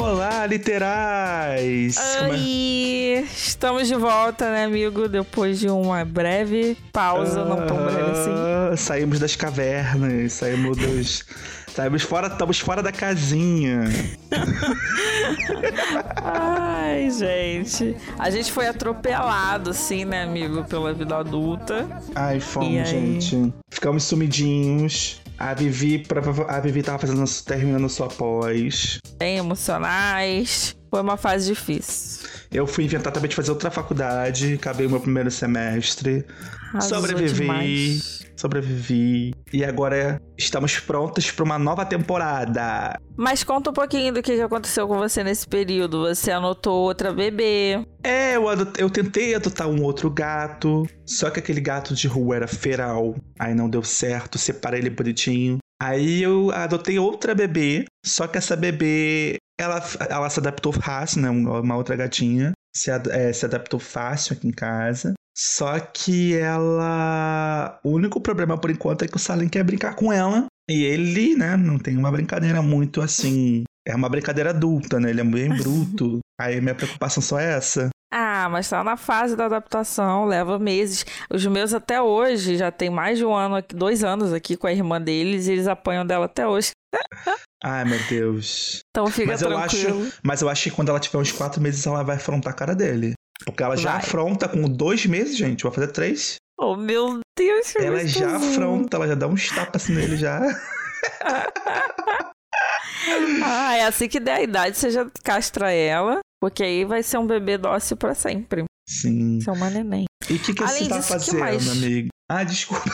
Olá, literais! Oi! Estamos de volta, né, amigo? Depois de uma breve pausa, não tão breve assim. Saímos das cavernas, estamos fora da casinha. Ai, gente. A gente foi atropelado, assim, né, amigo, pela vida adulta. Ai, fomos, gente. Ficamos sumidinhos. A Vivi tava terminando sua pós. Bem emocionais. Foi uma fase difícil. Eu fui inventar também de fazer outra faculdade. Acabei o meu primeiro semestre. Sobrevivi. E agora estamos prontos para uma nova temporada. Mas conta um pouquinho do que aconteceu com você nesse período. Você anotou outra bebê. Eu tentei adotar um outro gato. Só que aquele gato de rua era feral. Aí não deu certo. Separei ele bonitinho. Aí eu adotei outra bebê. Só que essa bebê... Ela se adaptou fácil, né? Uma outra gatinha. Se adaptou fácil aqui em casa. Só que ela... O único problema, por enquanto, é que o Salim quer brincar com ela. E ele, né, não tem uma brincadeira muito assim... É uma brincadeira adulta, né? Ele é bem bruto. Aí minha preocupação só é essa. Ah, mas tá na fase da adaptação, leva meses. Os meus até hoje, já tem mais de 2 anos aqui com a irmã deles, e eles apanham dela até hoje. Ai, meu Deus. Então fica tranquilo. Mas eu acho que quando ela tiver uns 4 meses, ela vai afrontar a cara dele. Porque ela já afronta com 2 meses, gente. Vai fazer 3. Oh, meu Deus. Ela já afronta, ela já dá uns tapas nele já. É assim que der a idade, você já castra ela. Porque aí vai ser um bebê dócil pra sempre. Sim. Ser uma neném. E o que você tá fazendo, amigo? Ah, desculpa.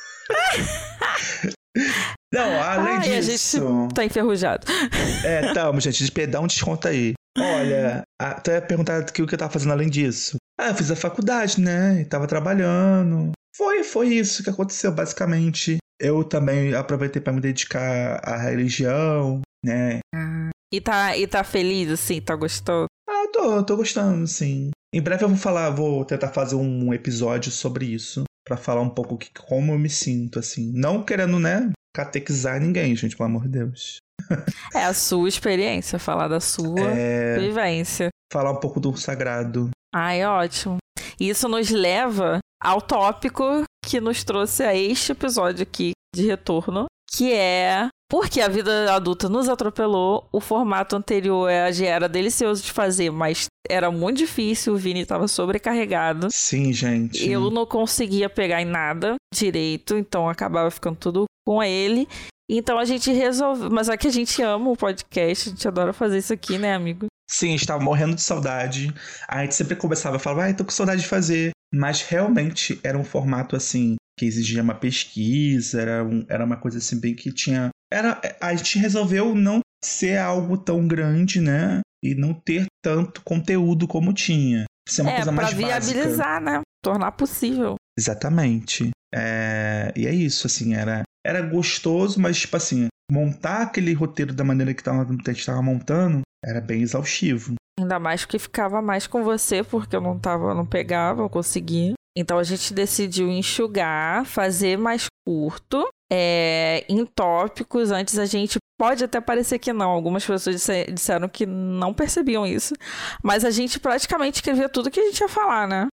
Não, além disso... A gente tá enferrujado. Tamo, gente. Dá um desconto aí. Olha, tu ia perguntar o que eu tava fazendo além disso. Eu fiz a faculdade, né? E tava trabalhando. Foi isso que aconteceu, basicamente. Eu também aproveitei pra me dedicar à religião, né? E tá feliz, assim? Tá gostoso? Tô gostando, sim. Em breve eu vou tentar fazer um episódio sobre isso. Pra falar um pouco como eu me sinto, assim. Não querendo, né, catequizar ninguém, gente, pelo amor de Deus. É a sua experiência, falar da sua vivência. Falar um pouco do sagrado. Ai, ótimo. Isso nos leva ao tópico que nos trouxe a este episódio aqui de retorno, que é... Porque a vida adulta nos atropelou, o formato anterior já era delicioso de fazer, mas era muito difícil, o Vini estava sobrecarregado. Sim, gente. Eu não conseguia pegar em nada direito, então acabava ficando tudo com ele. Então a gente resolveu, mas é que a gente ama o podcast, a gente adora fazer isso aqui, né, amigo? Sim, a gente tava morrendo de saudade. A gente sempre conversava e falava, tô com saudade de fazer. Mas realmente era um formato assim, que exigia uma pesquisa, era uma coisa assim bem que tinha... A gente resolveu não ser algo tão grande, né? E não ter tanto conteúdo como tinha. Ser uma coisa mais básica. Pra viabilizar, né? Tornar possível. Exatamente. E é isso, assim, era gostoso, mas, tipo assim, montar aquele roteiro da maneira que a gente tava montando era bem exaustivo. Ainda mais que ficava mais com você, porque eu não pegava, eu conseguia. Então a gente decidiu enxugar, fazer mais curto, em tópicos. Antes a gente pode até parecer que não. Algumas pessoas disseram que não percebiam isso. Mas a gente praticamente escrevia tudo que a gente ia falar, né?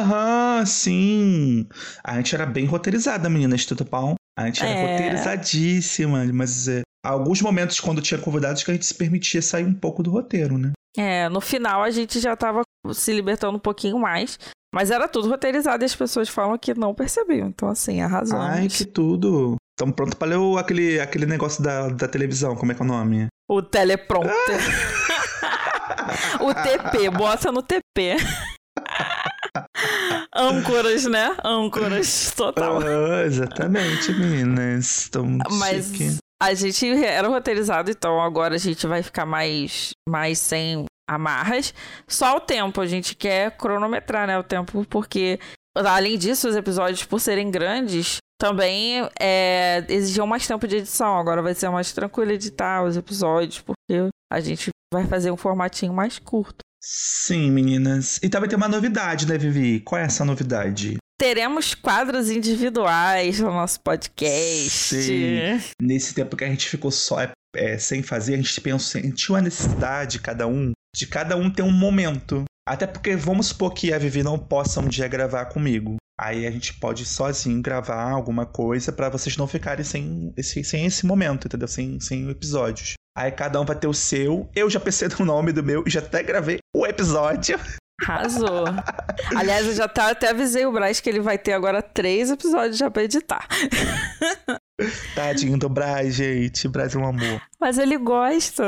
Sim. A gente era bem roteirizada, menina, Instituto Pão. A gente era roteirizadíssima. Mas alguns momentos, quando tinha convidados, que a gente se permitia sair um pouco do roteiro, né? No final a gente já tava se libertando um pouquinho mais. Mas era tudo roteirizado e as pessoas falam que não percebiam. Então, assim, arrasamos. Ai, que tudo. Estamos prontos para ler aquele negócio da televisão. Como é que é o nome? O teleprompter. O TP. Bota no TP. Âncoras, né? Âncoras. Total. Exatamente, meninas. Mas chique. A gente era roteirizado, então agora a gente vai ficar mais sem... amarras, só o tempo, a gente quer cronometrar, né, o tempo, porque além disso, os episódios, por serem grandes, também exigiam mais tempo de edição. Agora vai ser mais tranquilo editar os episódios, porque a gente vai fazer um formatinho mais curto. Sim, meninas. E também tem uma novidade, né, Vivi? Qual é essa novidade? Teremos quadros individuais no nosso podcast. Sim. Nesse tempo que a gente ficou só sem fazer, a gente sentiu a necessidade de cada um ter um momento. Até porque vamos supor que a Vivi não possa um dia gravar comigo. Aí a gente pode sozinho gravar alguma coisa pra vocês não ficarem sem esse momento, entendeu? Sem episódios. Aí cada um vai ter o seu. Eu já pensei no nome do meu e já até gravei o episódio. Arrasou. Aliás, eu já até avisei o Braz que ele vai ter agora 3 episódios já pra editar. Tadinho do Braz, gente. Braz é um amor. Mas ele gosta.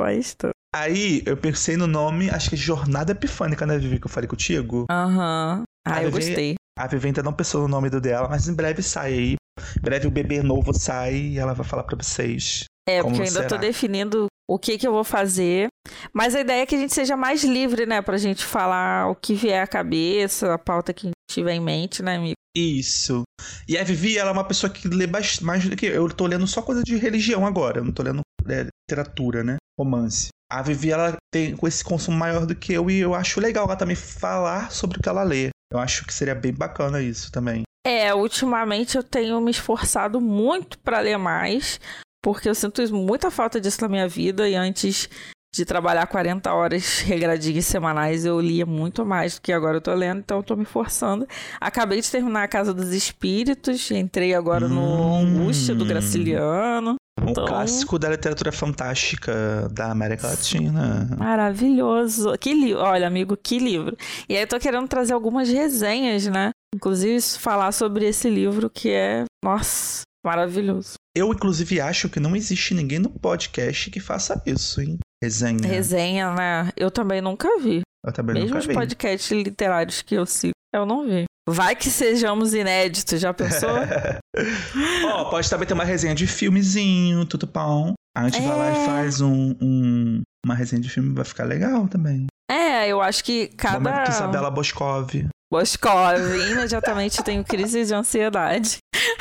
Aí eu pensei no nome, acho que é Jornada Epifânica, né, Vivi, que eu falei contigo? Aham. Eu gostei. A Vivi ainda não pensou no nome dela, mas em breve sai aí. Em breve o bebê novo sai e ela vai falar pra vocês. Porque eu ainda tô definindo o que eu vou fazer. Mas a ideia é que a gente seja mais livre, né? Pra gente falar o que vier à cabeça, a pauta que a gente tiver em mente, né, amigo? Isso. E a Vivi, ela é uma pessoa que lê mais do que eu. Eu tô lendo só coisa de religião agora. Eu não tô lendo literatura, né? Romance. A Vivi, ela tem esse consumo maior do que eu e eu acho legal ela também falar sobre o que ela lê. Eu acho que seria bem bacana isso também. Ultimamente eu tenho me esforçado muito pra ler mais, porque eu sinto muita falta disso na minha vida e antes de trabalhar 40 horas regradinhas semanais, eu lia muito mais do que agora eu tô lendo, então eu tô me forçando. Acabei de terminar A Casa dos Espíritos, entrei agora no Angústia, do Graciliano. Um clássico da literatura fantástica da América Latina. Maravilhoso. Que livro. Olha, amigo, que livro. E aí eu tô querendo trazer algumas resenhas, né? Inclusive falar sobre esse livro que é, nossa, maravilhoso. Eu, inclusive, acho que não existe ninguém no podcast que faça isso, hein? Resenha, né? Eu também nunca vi. Eu também Mesmo nunca vi. Mesmo os podcasts literários que eu sigo, eu não vi. Vai que sejamos inéditos, já pensou? Pode também ter uma resenha de filmezinho, tudo bom. A gente vai lá e faz uma resenha de filme, vai ficar legal também. Eu acho que cada... Momento Isabela Boscov, imediatamente tenho crise de ansiedade.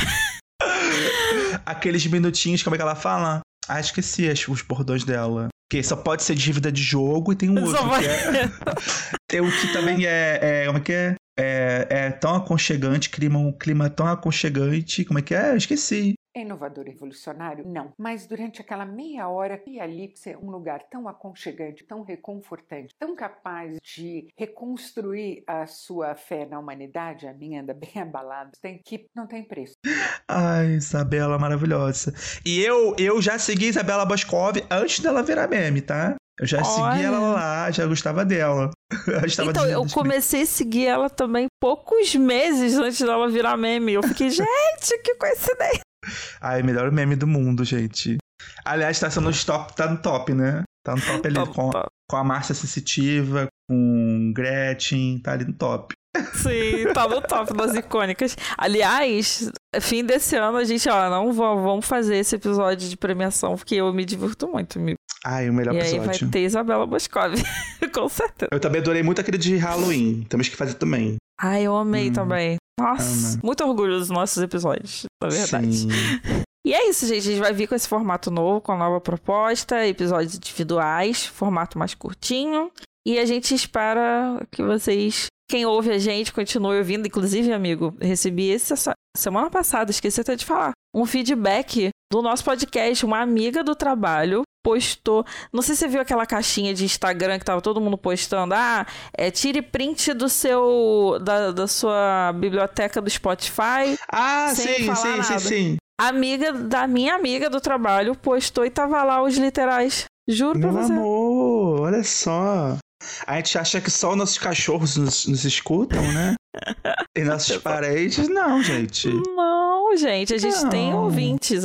Aqueles minutinhos, como é que ela fala? Esqueci os bordões dela. Que só pode ser dívida de jogo e tem um outro que tem o que também como é que é? É tão aconchegante, um clima tão aconchegante. Como é que é? Eu esqueci. É inovador e revolucionário? Não. Mas durante aquela meia hora, e ali ser um lugar tão aconchegante, tão reconfortante, tão capaz de reconstruir a sua fé na humanidade, a minha anda bem abalada, não tem preço. Ai, Isabela maravilhosa. E eu já segui Isabela Boscov antes dela virar meme, tá? Eu já segui ela lá, já gostava dela. Eu comecei a seguir ela também poucos meses antes dela virar meme. Eu fiquei, gente, que coincidência. Ai, melhor meme do mundo, gente. Aliás, tá no top, né? Tá no top ali com a Márcia Sensitiva, com Gretchen, tá ali no top. Sim, tá no top das icônicas. Aliás, fim desse ano a gente, não vamos fazer esse episódio de premiação, porque eu me divirto muito, amigo. Ai, o melhor episódio. E aí vai ter Isabela Boscov, com certeza. Eu também adorei muito aquele de Halloween. Temos que fazer também. Ai, eu amei também. Nossa, muito orgulho dos nossos episódios, na verdade. Sim. E é isso, gente. A gente vai vir com esse formato novo, com a nova proposta, episódios individuais, formato mais curtinho. E a gente espera que vocês, quem ouve a gente, continue ouvindo. Inclusive, amigo, recebi essa semana passada, esqueci até de falar, um feedback do nosso podcast. Uma amiga do trabalho postou, não sei se você viu aquela caixinha de Instagram que tava todo mundo postando, tire print do da sua biblioteca do Spotify. Sim. Amiga da minha amiga do trabalho postou e tava lá os literais. Juro pra você. Meu amor, olha só. A gente acha que só nossos cachorros nos escutam, né? E nossos parentes, não, gente. Não, gente, a gente tem ouvintes,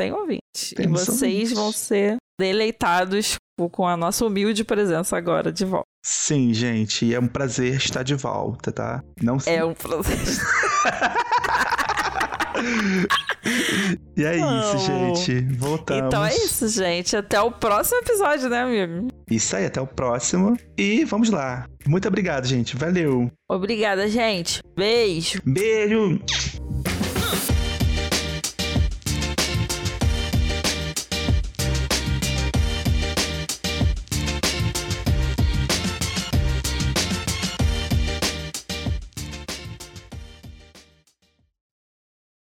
e vocês vão ser deleitados com a nossa humilde presença agora de volta. Sim, gente, e é um prazer estar de volta, tá? É um prazer. E é isso, gente. Voltamos. Então é isso, gente. Até o próximo episódio, né, amigo? Isso aí, até o próximo. E vamos lá. Muito obrigado, gente. Valeu. Obrigada, gente. Beijo. Beijo.